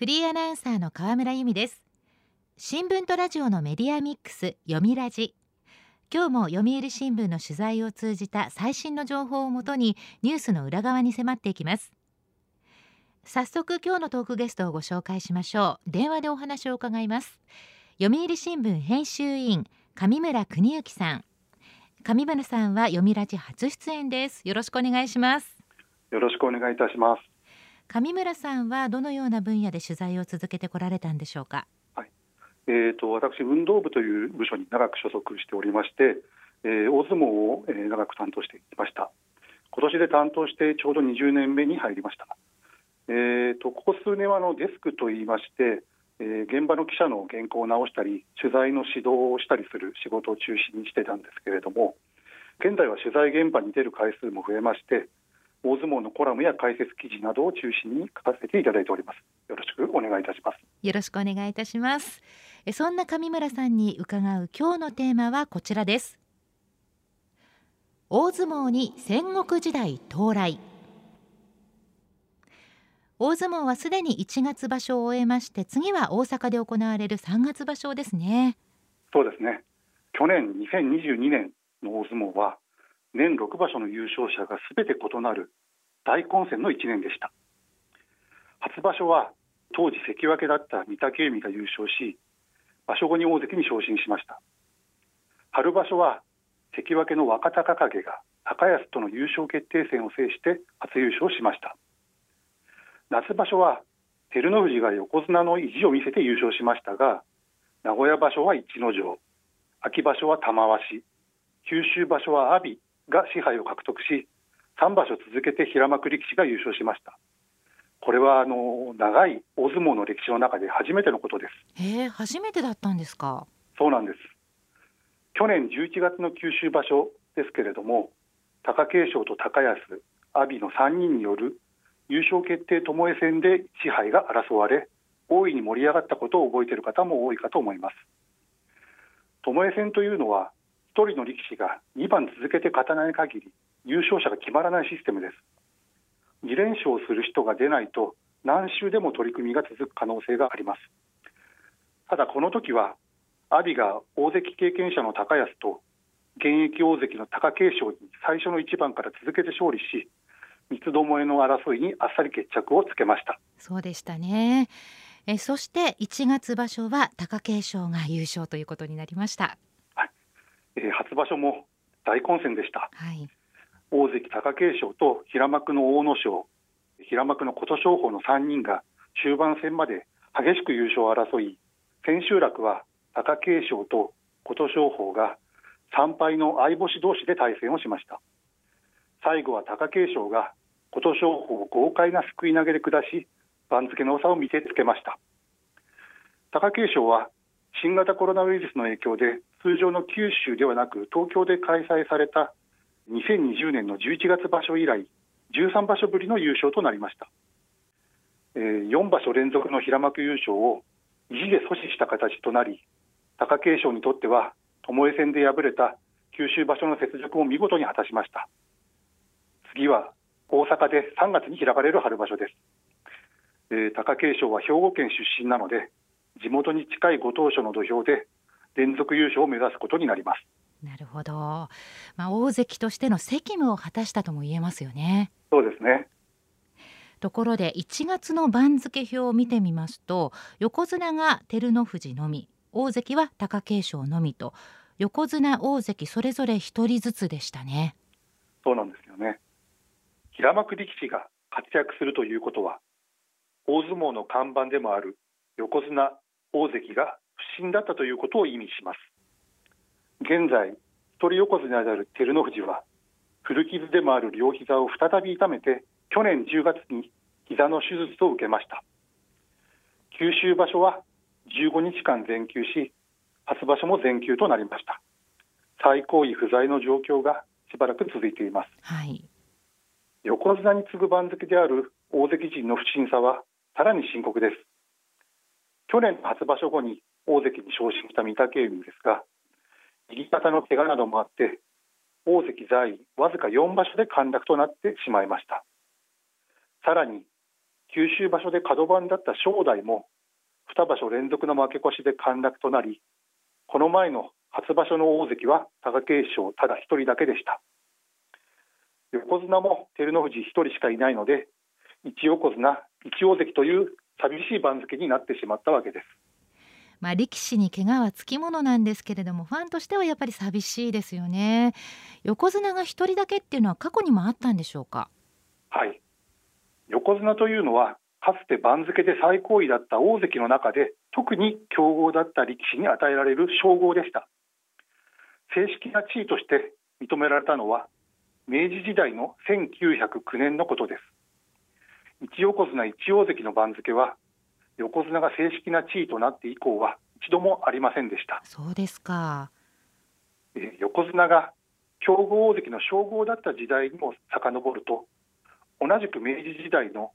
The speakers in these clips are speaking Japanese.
フリーアナウンサーの河村由美です。新聞とラジオのメディアミックス読みラジ。今日も読売新聞の取材を通じた最新の情報をもとにニュースの裏側に迫っていきます。早速今日のトークゲストをご紹介しましょう。電話でお話を伺います。読売新聞編集委員上村邦之さん。上村さんは読みラジ初出演です。よろしくお願いします。 よろしくお願いいたします。 上村さんはどのような分野で取材を続けてこられたんでしょうか。 はい、私運動部という部署に長く所属しておりまして、大相撲を長く担当してきました。今年で担当してちょうど20年目に入りました。ここ数年はデスクといいまして、現場の記者の原稿を直したり取材の指導をしたりする仕事を中心にしてたんですけれども、現在は取材現場に出る回数も増えまして、大相撲のコラムや解説記事などを中心に書かせていただいております。よろしくお願いいたします。 よろしくお願いいたします。そんな上村さんに伺う今日のテーマはこちらです。大相撲に戦国時代到来。大相撲はすでに1月場所を終えまして、次は大阪で行われる3月場所ですね。 そうですね。去年2022年の大相撲は年6場所の優勝者がすべて異なる大混戦の1年でした。初場所は当時関脇だった御嶽海が優勝し、場所後に大関に昇進しました。春場所は関脇の若隆景が高安との優勝決定戦を制して初優勝しました。夏場所は照ノ富士が横綱の意地を見せて優勝しましたが、名古屋場所は逸ノ城、秋場所は玉鷲、九州場所は阿炎が賜杯を獲得し、3場所続けて平幕力士が優勝しました。これは長い大相撲の歴史の中で初めてのことです。 初めてだったんですか。 そうなんです。去年11月の九州場所ですけれども、貴景勝と高安、阿炎の3人による優勝決定巴戦で賜杯が争われ、大いに盛り上がったことを覚えている方も多いかと思います。巴戦というのは1人の力士が2番続けて勝たない限り優勝者が決まらないシステムです。2連勝する人が出ないと何週でも取り組みが続く可能性があります。ただこの時は阿炎が大関経験者の高安と現役大関の貴景勝に最初の一番から続けて勝利し、三つどもえの争いにあっさり決着をつけました。 そうでしたね。そして1月場所は貴景勝が優勝ということになりました。 はい。初場所も大混戦でした。 はい、 大関貴景勝と平幕の阿武咲、平幕の琴勝峰の3人が終盤戦まで激しく優勝を争い、千秋楽は貴景勝と琴勝峰が3敗の相星同士で対戦をしました。最後は貴景勝が琴勝峰を豪快なすくい投げで下し、番付の差を見せつけました。貴景勝は新型コロナウイルスの影響で通常の九州ではなく東京で開催された2020年の11月場所以来13場所ぶりの優勝となりました。4場所連続の平幕優勝を意地で阻止した形となり、貴景勝にとっては巴戦で敗れた九州場所の雪辱を見事に果たしました。次は大阪で3月に開かれる春場所です。貴景勝は兵庫県出身なので、地元に近いご当所の土俵で連続優勝を目指すことになります。 なるほど、大関としての責務を果たしたとも言えますよね。 そうですね。 ところで1月の番付表を見てみますと、横綱が照ノ富士のみ、大関は貴景勝のみと、横綱大関それぞれ一人ずつでしたね。 そうなんですよね。平幕力士が活躍するということは、大相撲の看板でもある横綱大関が不振だったということを意味します。現在一人横綱である照ノ富士は古傷でもある両膝を再び痛めて、去年10月に膝の手術を受けました。九州場所は15日間全休し、初場所も全休となりました。最高位不在の状況がしばらく続いています。 はい、 横綱に次ぐ番付である大関陣の不審さはさらに深刻です。去年の初場所後に大関に昇進した御嶽海ですが、右肩の怪我などもあって大関在位わずか4場所で陥落となってしまいました。さらに九州場所で角番だった正代も2場所連続の負け越しで陥落となり、この前の初場所の大関は貴景勝ただ一人だけでした。横綱も照ノ富士一人しかいないので、一横綱一大関という寂しい番付になってしまったわけです。 力士に怪我はつきものなんですけれども、ファンとしてはやっぱり寂しいですよね。横綱が一人だけっていうのは過去にもあったんでしょうか？ はい、横綱というのはかつて番付で最高位だった大関の中で特に強豪だった力士に与えられる称号でした。正式な地位として認められたのは明治時代の1909年のことです。一横綱一大関の番付は横綱が正式な地位となって以降は一度もありませんでした。 そうですか。 横綱が強豪大関の称号だった時代にも遡ると、同じく明治時代の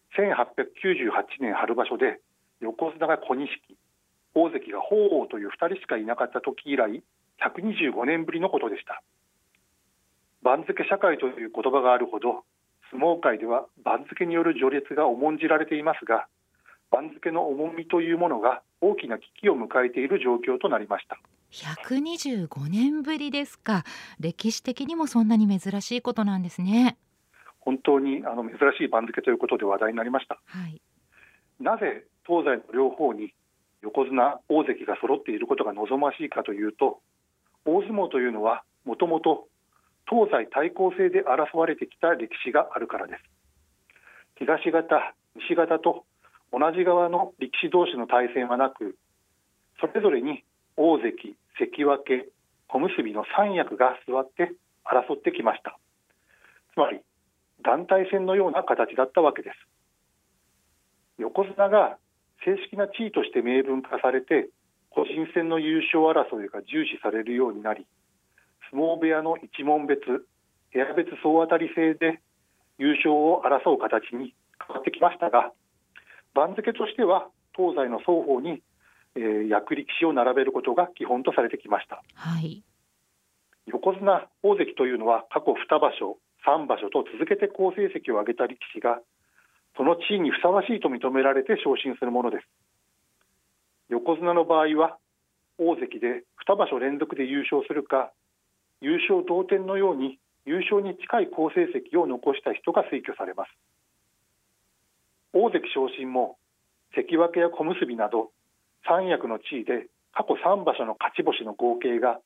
1898年春場所で横綱が小錦、大関が鳳凰という2人しかいなかった時以来125年ぶりのことでした。番付社会という言葉があるほど相撲界では番付による序列が重んじられていますが、番付の重みというものが大きな危機を迎えている状況となりました。 125年ぶりですか。歴史的にもそんなに珍しいことなんですね。 本当に珍しい番付ということで話題になりました。 はい、 なぜ東西の両方に横綱大関が揃っていることが望ましいかというと、大相撲というのはもともと東西対抗制で争われてきた歴史があるからです。東方西方と同じ側の力士同士の対戦はなく、それぞれに大関、関脇、小結の三役が座って争ってきました。つまり団体戦のような形だったわけです。横綱が正式な地位として明文化されて、個人戦の優勝争いが重視されるようになり、相撲部屋の一門別、部屋別総当たり制で優勝を争う形に変わってきましたが、番付としては東西の双方に、役力士を並べることが基本とされてきました。 はい、 横綱大関というのは過去2場所3場所と続けて好成績を上げた力士がその地位にふさわしいと認められて昇進するものです。横綱の場合は大関で2場所連続で優勝するか、優勝同点のように優勝に近い好成績を残した人が推挙されます。大関昇進も関脇や小結など三役の地位で過去3場所の勝ち星の合計が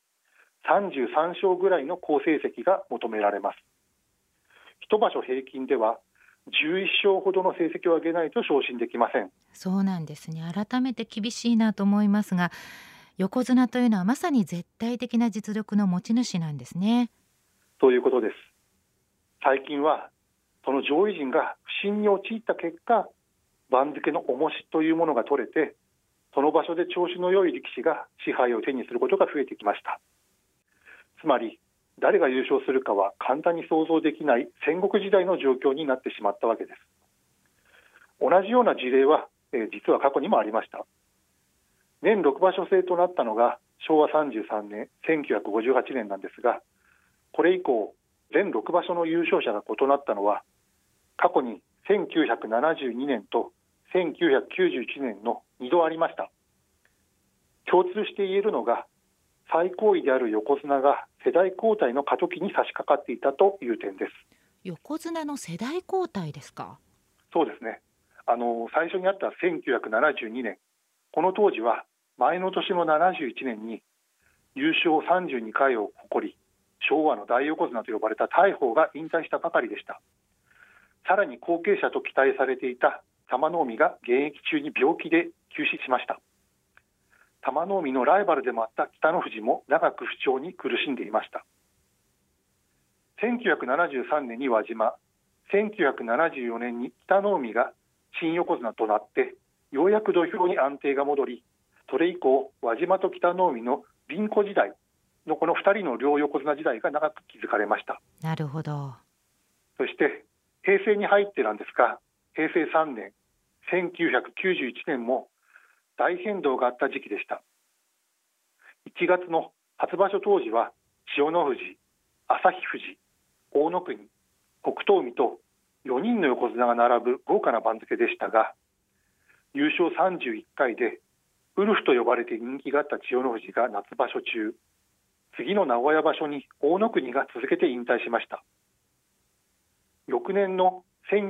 33勝ぐらいの好成績が求められます。一場所平均では11勝ほどの成績を上げないと昇進できません。 そうなんですね。改めて厳しいなと思いますが、横綱というのはまさに絶対的な実力の持ち主なんですね。 ということです。最近はその上位陣が不振に陥った結果、番付の重しというものが取れて、その場所で調子の良い力士が賜杯を手にすることが増えてきました。つまり誰が優勝するかは簡単に想像できない戦国時代の状況になってしまったわけです。同じような事例は、実は過去にもありました。年6場所制となったのが昭和33年1958年なんですが、これ以降全6場所の優勝者が異なったのは過去に1972年と1991年の2度ありました。共通して言えるのが最高位である横綱が世代交代の過渡期に差し掛かっていたという点です。 横綱の世代交代ですか？ そうですね。最初にあった1972年、この当時は前の年の71年に優勝32回を誇り昭和の大横綱と呼ばれた大鵬が引退したばかりでした。さらに後継者と期待されていた玉の海が現役中に病気で急死しました。玉の海のライバルでもあった北の富士も長く不調に苦しんでいました。1973年に輪島、1974年に北の海が新横綱となってようやく土俵に安定が戻り、それ以降輪島と北の海の凛子時代のこの2人の両横綱時代が長く築かれました。 なるほど。 そして平成に入ってなんですが、平成3年1991年も大変動があった時期でした。1月の初場所当時は千代の富士、旭富士、大乃国、北勝海と 4人の横綱が並ぶ豪華な番付でしたが、優勝31回でウルフと呼ばれて人気があった千代の富士が夏場所中、次の名古屋場所に大乃国が続けて引退しました。翌年の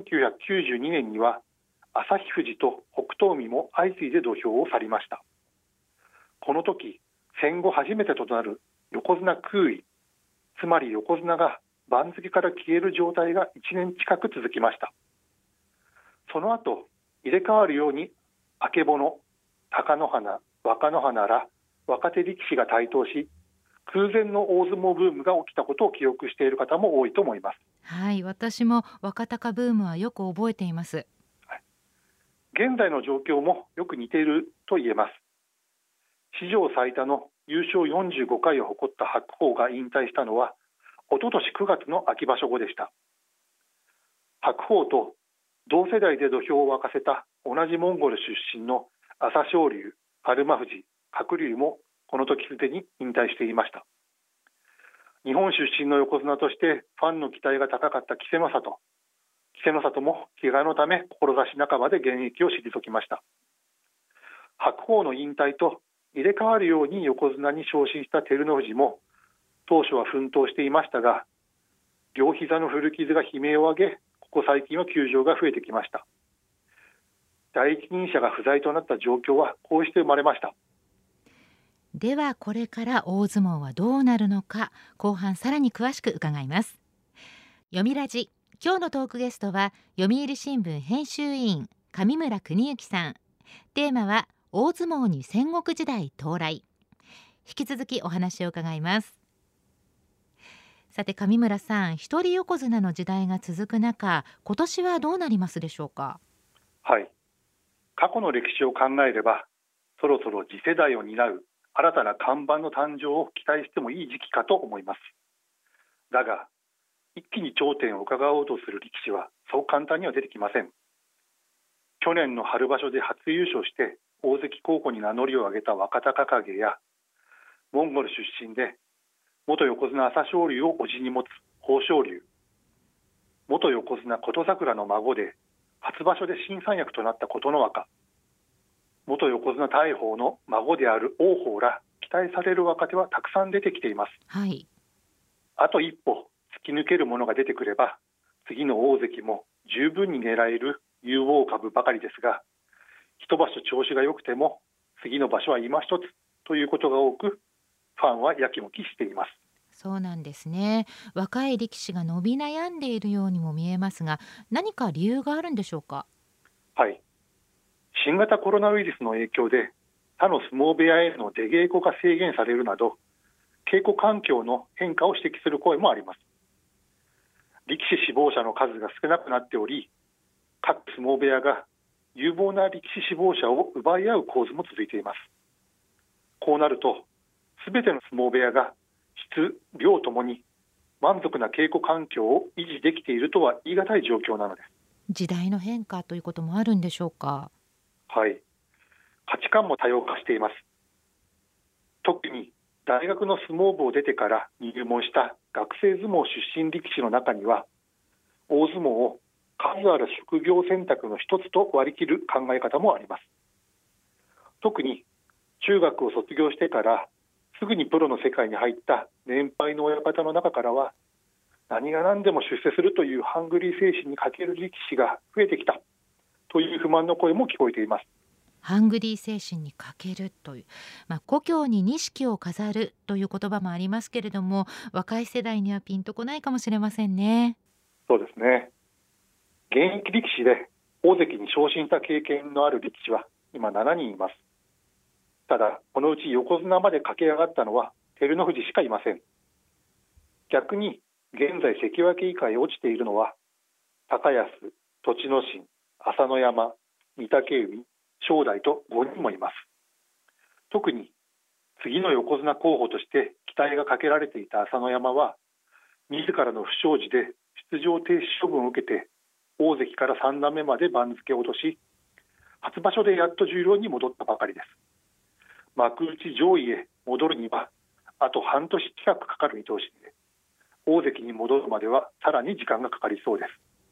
1992年には旭富士と北勝海も相次いで土俵を去りました。この時、戦後初めてとなる横綱空位、つまり横綱が番付から消える状態が1年近く続きました。その後、入れ替わるようにあけぼの、貴乃花、若乃花ら若手力士が台頭し、空前の大相撲ブームが起きたことを記憶している方も多いと思います。 はい、私も若隆ブームはよく覚えています。 現在の状況もよく似ていると言えます。史上最多の優勝45回を誇った白鵬が引退したのはおととし9月の秋場所後でした。白鵬と同世代で土俵を沸かせた同じモンゴル出身の朝青龍、日馬富士、鶴竜もこの時すでに引退していました。日本出身の横綱としてファンの期待が高かった稀勢の里も怪我のため志半ばで現役を退きました。白鵬の引退と入れ替わるように横綱に昇進した照ノ富士も当初は奮闘していましたが、両膝の古傷が悲鳴を上げ、ここ最近は休場が増えてきました。第一人者が不在となった状況はこうして生まれました。 ではこれから大相撲はどうなるのか、後半さらに詳しく伺います。読みラジ、今日のトークゲストは読売新聞編集委員上村邦之さん。テーマは大相撲に戦国時代到来。引き続きお話を伺います。さて上村さん、一人横綱の時代が続く中、今年はどうなりますでしょうか。 はい、過去の歴史を考えればそろそろ次世代を担う新たな看板の誕生を期待してもいい時期かと思います。だが一気に頂点を伺おうとする力士はそう簡単には出てきません。去年の春場所で初優勝して大関候補に名乗りを上げた若隆景や、モンゴル出身で元横綱朝青龍を叔父に持つ豊昇龍、元横綱琴櫻の孫で初場所で新三役となった琴ノ若、元横綱大鵬の孫である王鵬ら期待される若手はたくさん出てきています。 はい、 あと一歩突き抜けるものが出てくれば次の大関も十分に狙える有望株ばかりですが、一場所調子が良くても次の場所は今一つということが多く、ファンはやきもきしています。 そうなんですね。若い力士が伸び悩んでいるようにも見えますが、何か理由があるんでしょうか。 はい、新型コロナウイルスの影響で他の相撲部屋への出稽古が制限されるなど、稽古環境の変化を指摘する声もあります。力士志望者の数が少なくなっており、各相撲部屋が有望な力士志望者を奪い合う構図も続いています。こうなるとすべての相撲部屋が質・量ともに満足な稽古環境を維持できているとは言い難い状況なのです。 時代の変化ということもあるんでしょうか。 はい、価値観も多様化しています。特に大学の相撲部を出てから入門した学生相撲出身力士の中には、大相撲を数ある職業選択の一つと割り切る考え方もあります。特に中学を卒業してからすぐにプロの世界に入った年配の親方の中からは、何が何でも出世するというハングリー精神に欠ける力士が増えてきたという不満の声も聞こえています。 ハングリー精神に欠けるという、故郷に錦を飾るという言葉もありますけれども、若い世代にはピンとこないかもしれませんね。 そうですね。現役力士で大関に昇進した経験のある力士は今7人います。ただこのうち横綱まで駆け上がったのは照ノ富士しかいません。逆に現在関脇以下へ落ちているのは高安、栃ノ心、朝乃山、御嶽海、正代と5人もいます。特に次の横綱候補として期待がかけられていた朝乃山は、自らの不祥事で出場停止処分を受けて大関から3段目まで番付を落とし、初場所でやっと十両に戻ったばかりです。幕内上位へ戻るにはあと半年近くかかる見通しで、大関に戻るまではさらに時間がかかりそうです。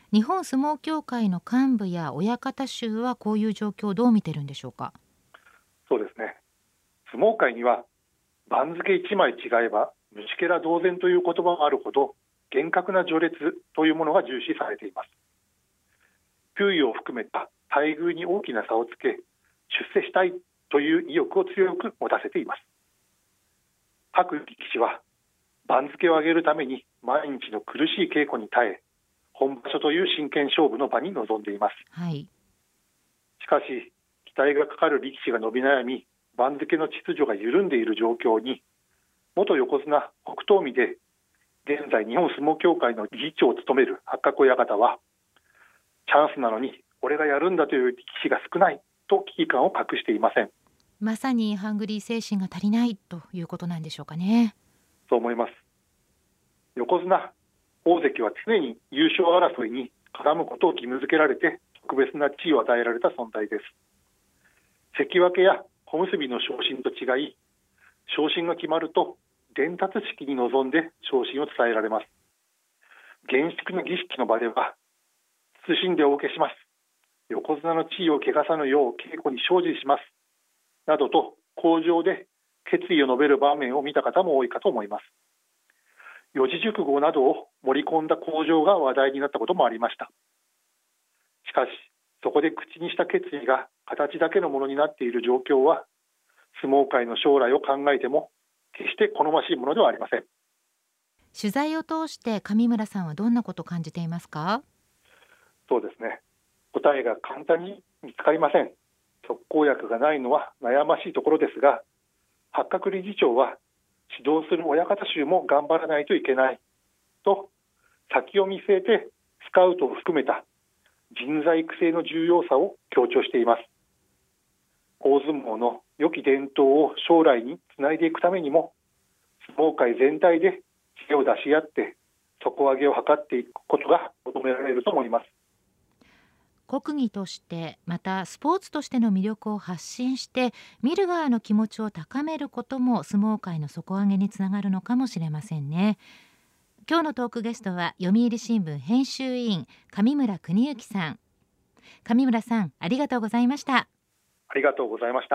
日本相撲協会の幹部や親方衆はこういう状況をどう見てるんでしょうか。 そうですね。相撲界には番付1枚違えば虫けら同然という言葉があるほど厳格な序列というものが重視されています。給与を含めた待遇に大きな差をつけ出世したいという意欲を強く持たせています。各力士は番付を上げるために毎日の苦しい稽古に耐え、本場所という真剣勝負の場に臨んでいます。 はい、 しかし期待がかかる力士が伸び悩み、番付の秩序が緩んでいる状況に、元横綱北勝海で現在日本相撲協会の理事長を務める八角親方は、チャンスなのに俺がやるんだという力士が少ないと危機感を隠していません。 まさにハングリー精神が足りないということなんでしょうかね。 そう思います。横綱大関は常に優勝争いに絡むことを義務付けられて特別な地位を与えられた存在です。関脇や小結の昇進と違い、昇進が決まると伝達式に臨んで昇進を伝えられます。厳粛な儀式の場では謹んでお受けします、横綱の地位を汚さぬよう稽古に精進しますなどと口上で決意を述べる場面を見た方も多いかと思います。四字熟語などを盛り込んだ口上が話題になったこともありました。しかしそこで口にした決意が形だけのものになっている状況は、相撲界の将来を考えても決して好ましいものではありません。 取材を通して上村さんはどんなことを感じていますか。 そうですね。答えが簡単に見つかりません。特効薬がないのは悩ましいところですが、八角理事長は指導する親方衆も頑張らないといけないと先を見据えてスカウトを含めた人材育成の重要さを強調しています。大相撲の良き伝統を将来につないでいくためにも、相撲界全体で知恵を出し合って底上げを図っていくことが求められると思います。 国技としてまたスポーツとしての魅力を発信して見る側の気持ちを高めることも相撲界の底上げにつながるのかもしれませんね。今日のトークゲストは読売新聞編集委員上村邦之さん。上村さん、ありがとうございました。 ありがとうございました。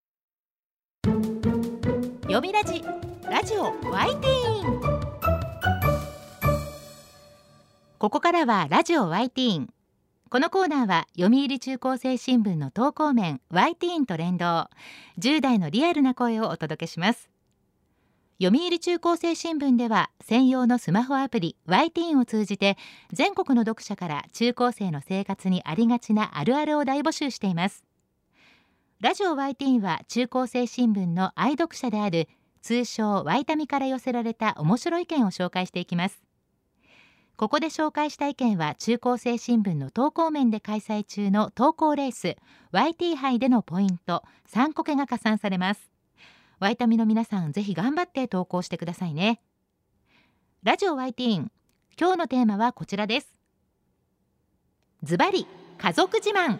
読みラジオワイティーン。ここからはラジオワイティーン。このコーナーは読売中高生新聞の投稿面ワイティーンと連動、10代のリアルな声をお届けします。読売中高生新聞では専用のスマホアプリワイティーンを通じて全国の読者から中高生の生活にありがちなあるあるを大募集しています。ラジオワイティーンは中高生新聞の愛読者である通称ワイタミから寄せられた面白い意見を紹介していきます。ここで紹介した意見は中高生新聞の投稿面で開催中の投稿レース YT 杯でのポイント3個けが加算されます。ワイタミの皆さん、ぜひ頑張って投稿してくださいね。ラジオワイティーン、今日のテーマはこちらです。ズバリ家族自慢。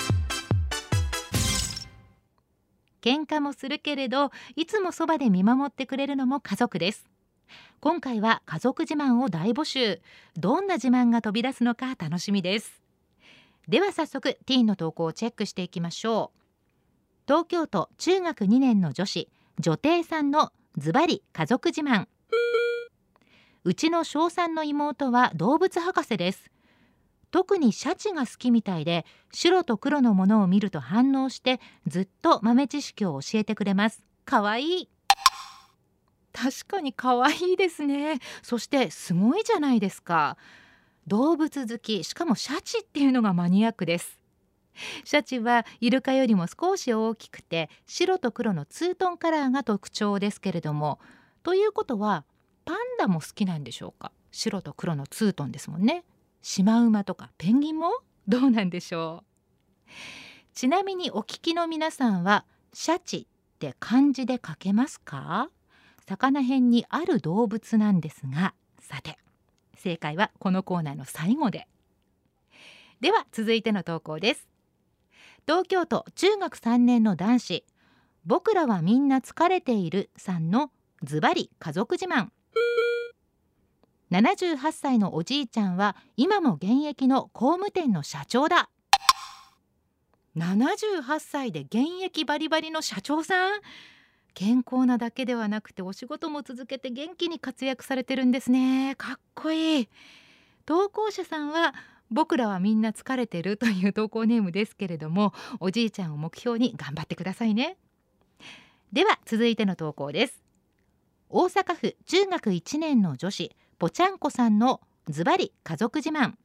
喧嘩もするけれどいつもそばで見守ってくれるのも家族です。今回は家族自慢を大募集。どんな自慢が飛び出すのか楽しみです。では早速ティーンの投稿をチェックしていきましょう。東京都中学2年の女子女帝さんのズバリ家族自慢。うちの小3の妹は動物博士です。特にシャチが好きみたいで、白と黒のものを見ると反応してずっと豆知識を教えてくれます。かわいい。確かにかわいいですね。そしてすごいじゃないですか。動物好き、しかもシャチっていうのがマニアックです。シャチはイルカよりも少し大きくて白と黒のツートンカラーが特徴ですけれども、ということはパンダも好きなんでしょうか。白と黒のツートンですもんね。シマウマとかペンギンもどうなんでしょう。ちなみにお聞きの皆さんはシャチって漢字で書けますか。魚辺にある動物なんですが、さて正解はこのコーナーの最後で。では続いての投稿です。東京都中学3年の男子、僕らはみんな疲れているさんのズバリ家族自慢。 78歳のおじいちゃんは今も現役の工務店の社長だ。78歳で現役バリバリの社長さん、健康なだけではなくてお仕事も続けて元気に活躍されてるんですね。かっこいい。投稿者さんは僕らはみんな疲れてるという投稿ネームですけれども、おじいちゃんを目標に頑張ってくださいね。では続いての投稿です。大阪府中学1年の女子ぽちゃんこさんのズバリ家族自慢。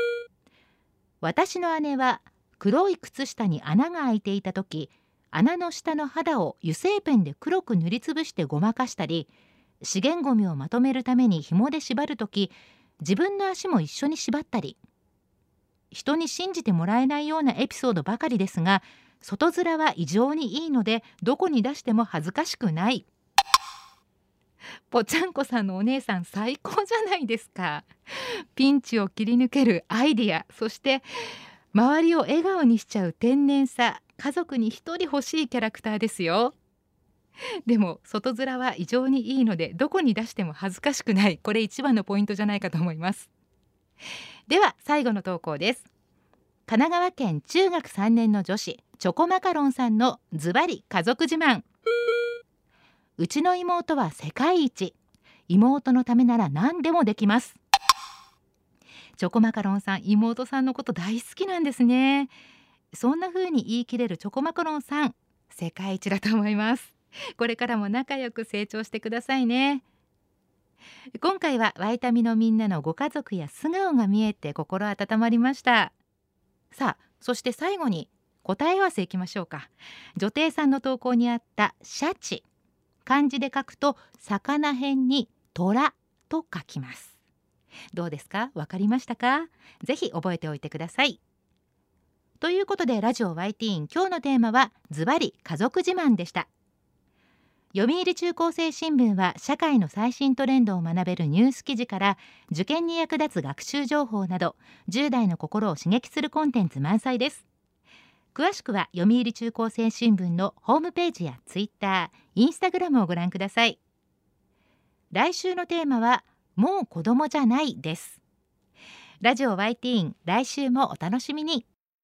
私の姉は黒い靴下に穴が開いていた時、穴の下の肌を油性ペンで黒く塗りつぶしてごまかしたり、資源ごみをまとめるために紐で縛る時、自分の足も一緒に縛ったり、人に信じてもらえないようなエピソードばかりですが、外面は異常にいいのでどこに出しても恥ずかしくない。ぽちゃんこさんのお姉さん最高じゃないですか。ピンチを切り抜けるアイディア、そして周りを笑顔にしちゃう天然さ、家族に一人欲しいキャラクターですよ。でも外面は異常にいいのでどこに出しても恥ずかしくない、これ一番のポイントじゃないかと思います。では最後の投稿です。神奈川県中学3年の女子チョコマカロンさんのズバリ家族自慢。うちの妹は世界一、妹のためなら何でもできます。チョコマカロンさん、妹さんのこと大好きなんですね。そんな風に言い切れるチョコマカロンさん、世界一だと思います。これからも仲良く成長してくださいね。今回はワイタミのみんなのご家族や素顔が見えて心温まりました。さあ、そして最後に答え合わせいきましょうか。女帝さんの投稿にあったシャチ、漢字で書くと魚辺に虎と書きます。どうですか？わかりましたか？ぜひ覚えておいてください。ということでラジオ YT 今日のテーマはズバリ家族自慢でした。読売中高生新聞は社会の最新トレンドを学べるニュース記事から受験に役立つ学習情報など10代の心を刺激するコンテンツ満載です。詳しくは読売中高生新聞のホームページやツイッター、インスタグラムをご覧ください。来週のテーマはもう子供じゃないです。ラジオ YT 来週もお楽しみに。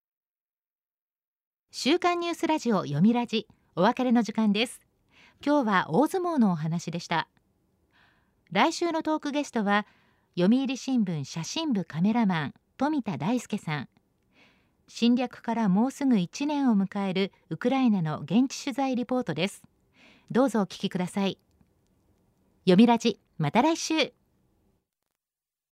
週刊ニュースラジオ読みラジ、お別れの時間です。今日は大相撲のお話でした。来週のトークゲストは読売新聞写真部カメラマン富田大輔さん。侵略からもうすぐ1年を迎えるウクライナの現地取材リポートです。どうぞお聞きください。読みラジ、また来週。